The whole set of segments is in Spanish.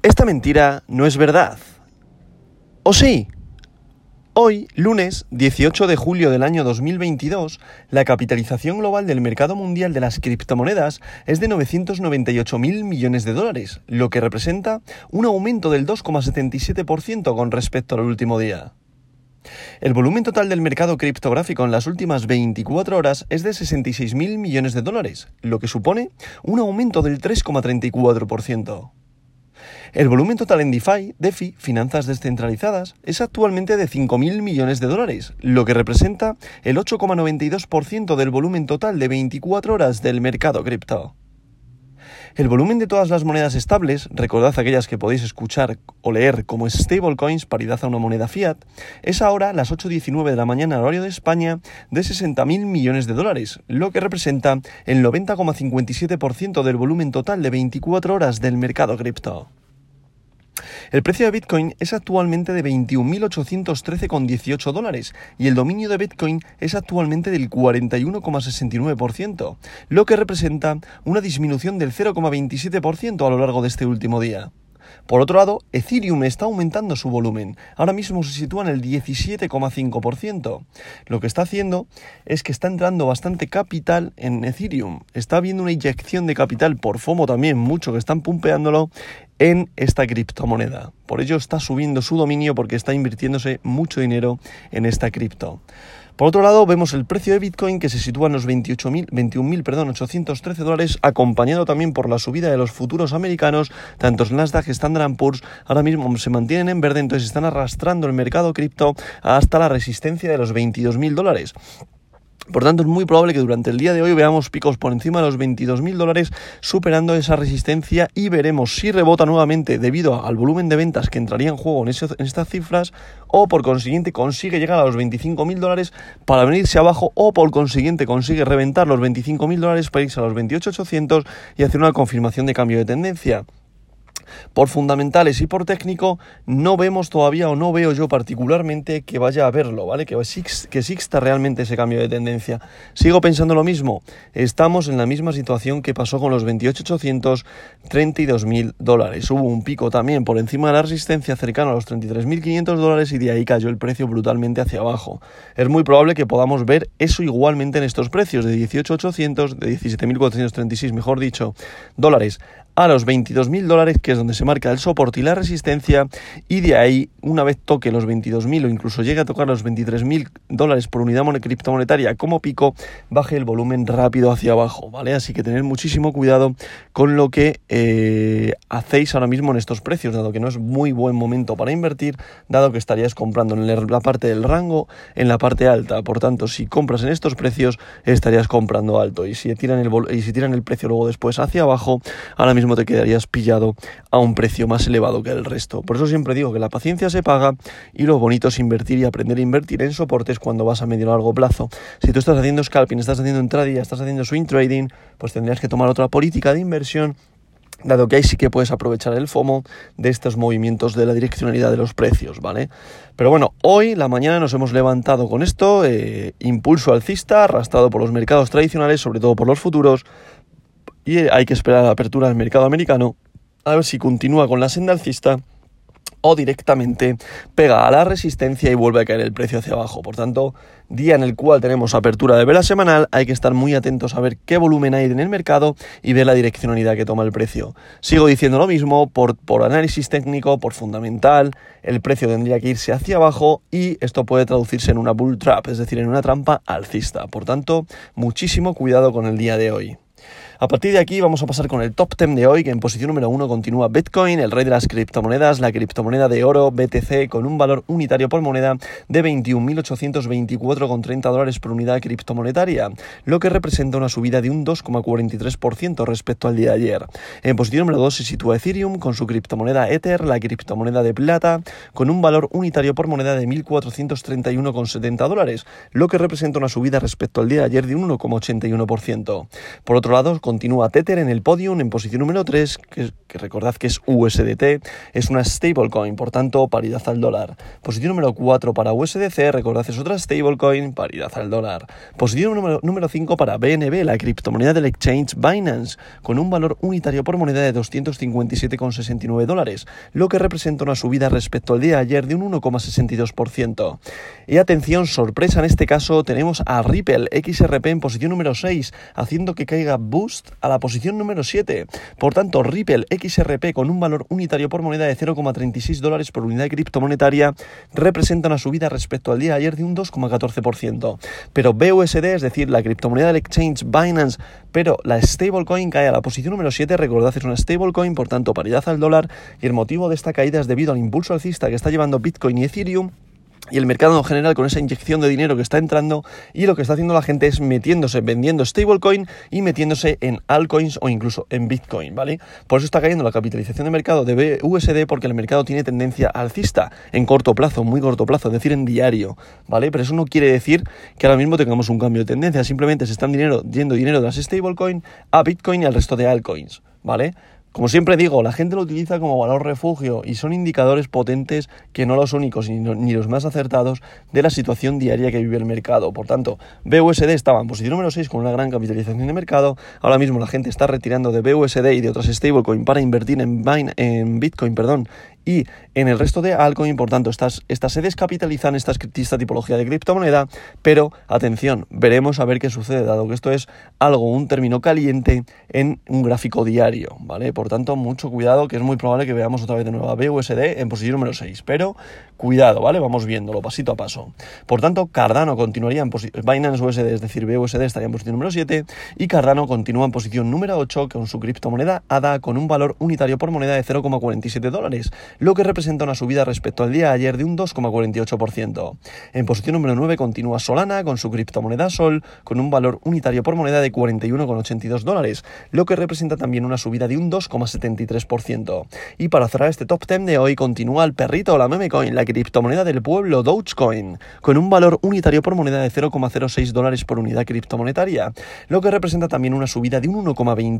Esta mentira no es verdad. ¿O sí? Hoy, lunes 18 de julio del año 2022, la capitalización global del mercado mundial de las criptomonedas es de 998.000 millones de dólares, lo que representa un aumento del 2,77% con respecto al último día. El volumen total del mercado criptográfico en las últimas 24 horas es de 66.000 millones de dólares, lo que supone un aumento del 3,34%. El volumen total en DeFi, finanzas descentralizadas, es actualmente de 5.000 millones de dólares, lo que representa el 8,92% del volumen total de 24 horas del mercado cripto. El volumen de todas las monedas estables, recordad aquellas que podéis escuchar o leer como stablecoins, paridad a una moneda fiat, es ahora a las 8:19 de la mañana horario de España de 60.000 millones de dólares, lo que representa el 90,57% del volumen total de 24 horas del mercado cripto. El precio de Bitcoin es actualmente de 21.813,18 dólares y el dominio de Bitcoin es actualmente del 41,69%, lo que representa una disminución del 0,27% a lo largo de este último día. Por otro lado, Ethereum está aumentando su volumen. Ahora mismo se sitúa en el 17,5%. Lo que está haciendo es que está entrando bastante capital en Ethereum. Está habiendo una inyección de capital por FOMO también, mucho que están pumpeándolo en esta criptomoneda. Por ello está subiendo su dominio porque está invirtiéndose mucho dinero en esta cripto. Por otro lado, vemos el precio de Bitcoin que se sitúa en los 21.813 dólares, acompañado también por la subida de los futuros americanos, tanto Nasdaq, Standard & Poor's, ahora mismo se mantienen en verde, entonces están arrastrando el mercado cripto hasta la resistencia de los 22.000 dólares. Por tanto, es muy probable que durante el día de hoy veamos picos por encima de los 22.000 dólares, superando esa resistencia, y veremos si rebota nuevamente debido al volumen de ventas que entraría en juego en estas cifras, o por consiguiente consigue llegar a los 25.000 dólares para venirse abajo, o por consiguiente consigue reventar los 25.000 dólares para irse a los 28.800 y hacer una confirmación de cambio de tendencia. Por fundamentales y por técnico no vemos todavía, o no veo yo particularmente que vaya a verlo, ¿vale? Que exista realmente ese cambio de tendencia. Sigo pensando lo mismo, estamos en la misma situación que pasó con los 28.800, 32.000 dólares. Hubo un pico también por encima de la resistencia cercano a los 33.500 dólares y de ahí cayó el precio brutalmente hacia abajo. Es muy probable que podamos ver eso igualmente en estos precios de 18.800, de 17.436, mejor dicho, dólares a los 22.000 dólares, que es donde se marca el soporte y la resistencia, y de ahí, una vez toque los 22.000 o incluso llegue a tocar los 23.000 dólares por unidad criptomonetaria como pico, baje el volumen rápido hacia abajo, ¿vale? Así que tener muchísimo cuidado con lo que hacéis ahora mismo en estos precios, dado que no es muy buen momento para invertir, dado que estarías comprando en la parte del rango, en la parte alta. Por tanto, si compras en estos precios, estarías comprando alto, y si tiran el precio luego después hacia abajo, ahora mismo te quedarías pillado a un precio más elevado que el resto. Por eso siempre digo que la paciencia se paga, y lo bonito es invertir y aprender a invertir en soportes cuando vas a medio o largo plazo. Si tú estás haciendo scalping, estás haciendo intradía, estás haciendo swing trading, pues tendrías que tomar otra política de inversión, dado que ahí sí que puedes aprovechar el FOMO de estos movimientos de la direccionalidad de los precios, ¿vale? Pero bueno, hoy, la mañana, nos hemos levantado con esto, impulso alcista, arrastrado por los mercados tradicionales, sobre todo por los futuros, y hay que esperar a la apertura del mercado americano a ver si continúa con la senda alcista o directamente pega a la resistencia y vuelve a caer el precio hacia abajo. Por tanto, día en el cual tenemos apertura de vela semanal, hay que estar muy atentos a ver qué volumen hay en el mercado y ver la direccionalidad que toma el precio. Sigo diciendo lo mismo, por análisis técnico, por fundamental, el precio tendría que irse hacia abajo, y esto puede traducirse en una bull trap, es decir, en una trampa alcista. Por tanto, muchísimo cuidado con el día de hoy. A partir de aquí vamos a pasar con el top 10 de hoy, que en posición número 1 continúa Bitcoin, el rey de las criptomonedas, la criptomoneda de oro BTC, con un valor unitario por moneda de 21.824,30 dólares por unidad criptomonetaria, lo que representa una subida de un 2,43% respecto al día de ayer. En posición número 2 se sitúa Ethereum con su criptomoneda Ether, la criptomoneda de plata, con un valor unitario por moneda de 1.431,70 dólares, lo que representa una subida respecto al día de ayer de un 1,81%. Por otro lado, continúa Tether en el podium en posición número 3, que recordad que es USDT, es una stablecoin, por tanto paridad al dólar. Posición número 4 para USDC, recordad es otra stablecoin, paridad al dólar. Posición número 5 para BNB, la criptomoneda del exchange Binance, con un valor unitario por moneda de $257,69, lo que representa una subida respecto al día de ayer de un 1,62%. Y atención, sorpresa en este caso, tenemos a Ripple XRP en posición número 6, haciendo que caiga Boost a la posición número 7. Por tanto, Ripple XRP con un valor unitario por moneda de $0,36 por unidad criptomonetaria representa una subida respecto al día de ayer de un 2,14%. Pero BUSD, es decir, la criptomoneda del exchange Binance, pero la stablecoin cae a la posición número 7, recordad es una stablecoin, por tanto paridad al dólar, y el motivo de esta caída es debido al impulso alcista que está llevando Bitcoin y Ethereum, y el mercado en general con esa inyección de dinero que está entrando, y lo que está haciendo la gente es metiéndose, vendiendo stablecoin y metiéndose en altcoins o incluso en Bitcoin, ¿vale? Por eso está cayendo la capitalización de mercado de BUSD, porque el mercado tiene tendencia alcista en corto plazo, muy corto plazo, es decir, en diario, ¿vale? Pero eso no quiere decir que ahora mismo tengamos un cambio de tendencia, simplemente se están yendo dinero de las stablecoin a Bitcoin y al resto de altcoins, ¿vale? Como siempre digo, la gente lo utiliza como valor refugio y son indicadores potentes que no los únicos ni los más acertados de la situación diaria que vive el mercado. Por tanto, BUSD estaba en posición número 6 con una gran capitalización de mercado. Ahora mismo la gente está retirando de BUSD y de otras stablecoin para invertir en Bitcoin, y en el resto de altcoin. Por tanto, estas se descapitalizan, esta tipología de criptomoneda, pero atención, veremos a ver qué sucede, dado que esto es un término caliente en un gráfico diario, ¿vale? Por tanto, mucho cuidado, que es muy probable que veamos otra vez de nuevo a BUSD en posición número 6, pero cuidado, ¿vale? Vamos viéndolo pasito a paso. Por tanto, Cardano continuaría en Binance USD, es decir, BUSD estaría en posición número 7, y Cardano continúa en posición número 8 con su criptomoneda ADA con un valor unitario por moneda de $0,47, lo que representa una subida respecto al día de ayer de un 2,48%. En posición número 9 continúa Solana con su criptomoneda Sol con un valor unitario por moneda de $41,82, lo que representa también una subida de un 2,73%. Y para cerrar este top 10 de hoy continúa el perrito, la meme coin, la criptomoneda del pueblo Dogecoin, con un valor unitario por moneda de $0,06 por unidad criptomonetaria, lo que representa también una subida de un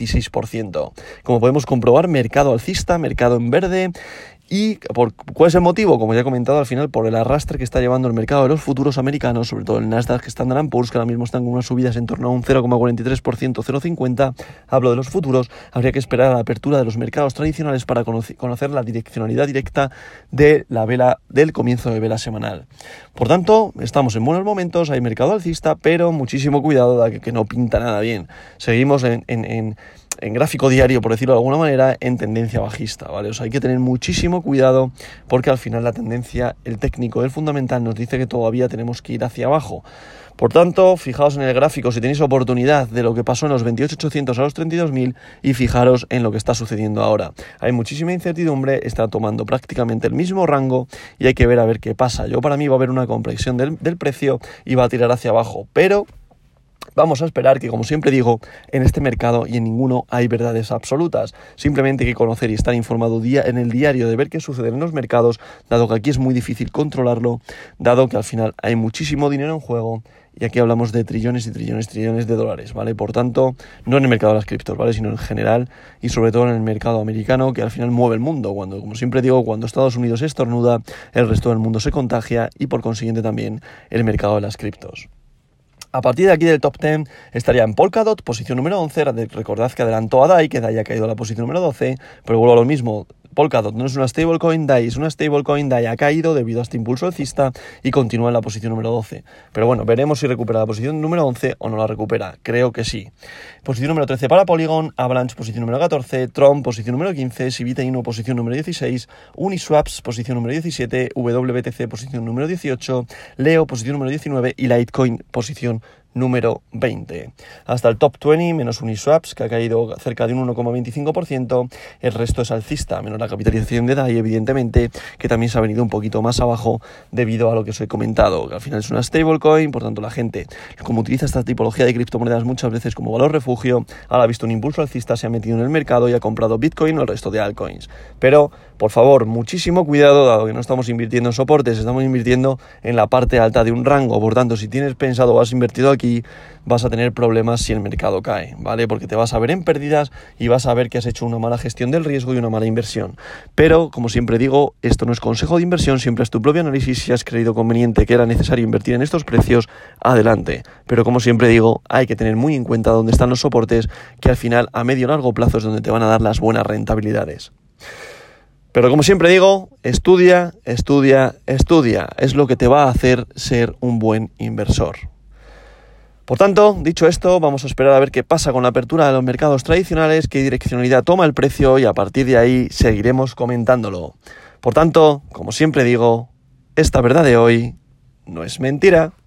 1,26%. Como podemos comprobar, mercado alcista, mercado en verde. ¿Y cuál es el motivo? Como ya he comentado al final, por el arrastre que está llevando el mercado de los futuros americanos, sobre todo el Nasdaq, Standard & Poor's, que ahora mismo están con unas subidas en torno a un 0,43%, 0,50%. Hablo de los futuros. Habría que esperar a la apertura de los mercados tradicionales para conocer la direccionalidad directa de la vela del comienzo de vela semanal. Por tanto, estamos en buenos momentos, hay mercado alcista, pero muchísimo cuidado, que no pinta nada bien. Seguimos en gráfico diario, por decirlo de alguna manera, en tendencia bajista, ¿vale? O sea, hay que tener muchísimo cuidado, porque al final la tendencia, el técnico, el fundamental nos dice que todavía tenemos que ir hacia abajo. Por tanto, fijaos en el gráfico si tenéis oportunidad de lo que pasó en los 28.800 a los 32.000 y fijaros en lo que está sucediendo ahora. Hay muchísima incertidumbre, está tomando prácticamente el mismo rango y hay que ver a ver qué pasa. Para mí va a haber una compresión del precio y va a tirar hacia abajo, pero vamos a esperar, que como siempre digo, en este mercado y en ninguno hay verdades absolutas. Simplemente hay que conocer y estar informado en el diario de ver qué sucede en los mercados, dado que aquí es muy difícil controlarlo, dado que al final hay muchísimo dinero en juego y aquí hablamos de trillones y trillones de dólares, ¿vale? Por tanto, no en el mercado de las criptos, ¿vale? Sino en general y sobre todo en el mercado americano, que al final mueve el mundo. Como siempre digo, cuando Estados Unidos estornuda, el resto del mundo se contagia y por consiguiente también el mercado de las criptos. A partir de aquí del top 10 estaría en Polkadot, posición número 11. Recordad que adelantó a DAI, que DAI ha caído a la posición número 12, pero vuelvo a lo mismo. Polkadot no es una stablecoin, DAI es una stablecoin, DAI ha caído debido a este impulso alcista y continúa en la posición número 12. Pero bueno, veremos si recupera la posición número 11 o no la recupera. Creo que sí. Posición número 13 para Polygon, Avalanche posición número 14, Tron posición número 15, Sivita Inu posición número 16, Uniswaps posición número 17, WBTC posición número 18, Leo posición número 19 y Litecoin posición número 20. Hasta el top 20, menos Uniswaps, que ha caído cerca de un 1,25%. El resto es alcista, menos la capitalización de DAI, evidentemente, que también se ha venido un poquito más abajo debido a lo que os he comentado, que al final es una stablecoin. Por tanto, la gente, como utiliza esta tipología de criptomonedas muchas veces como valor refugio, ahora ha visto un impulso alcista, se ha metido en el mercado y ha comprado Bitcoin o el resto de altcoins. Pero, por favor, muchísimo cuidado, dado que no estamos invirtiendo en soportes, estamos invirtiendo en la parte alta de un rango. Por tanto, si tienes pensado o has invertido aquí, aquí vas a tener problemas si el mercado cae, ¿vale? Porque te vas a ver en pérdidas y vas a ver que has hecho una mala gestión del riesgo y una mala inversión. Pero, como siempre digo, esto no es consejo de inversión, siempre es tu propio análisis. Si has creído conveniente que era necesario invertir en estos precios, adelante. Pero, como siempre digo, hay que tener muy en cuenta dónde están los soportes, que al final, a medio y largo plazo, es donde te van a dar las buenas rentabilidades. Pero como siempre digo, estudia, estudia, estudia. Es lo que te va a hacer ser un buen inversor. Por tanto, dicho esto, vamos a esperar a ver qué pasa con la apertura de los mercados tradicionales, qué direccionalidad toma el precio y a partir de ahí seguiremos comentándolo. Por tanto, como siempre digo, esta verdad de hoy no es mentira.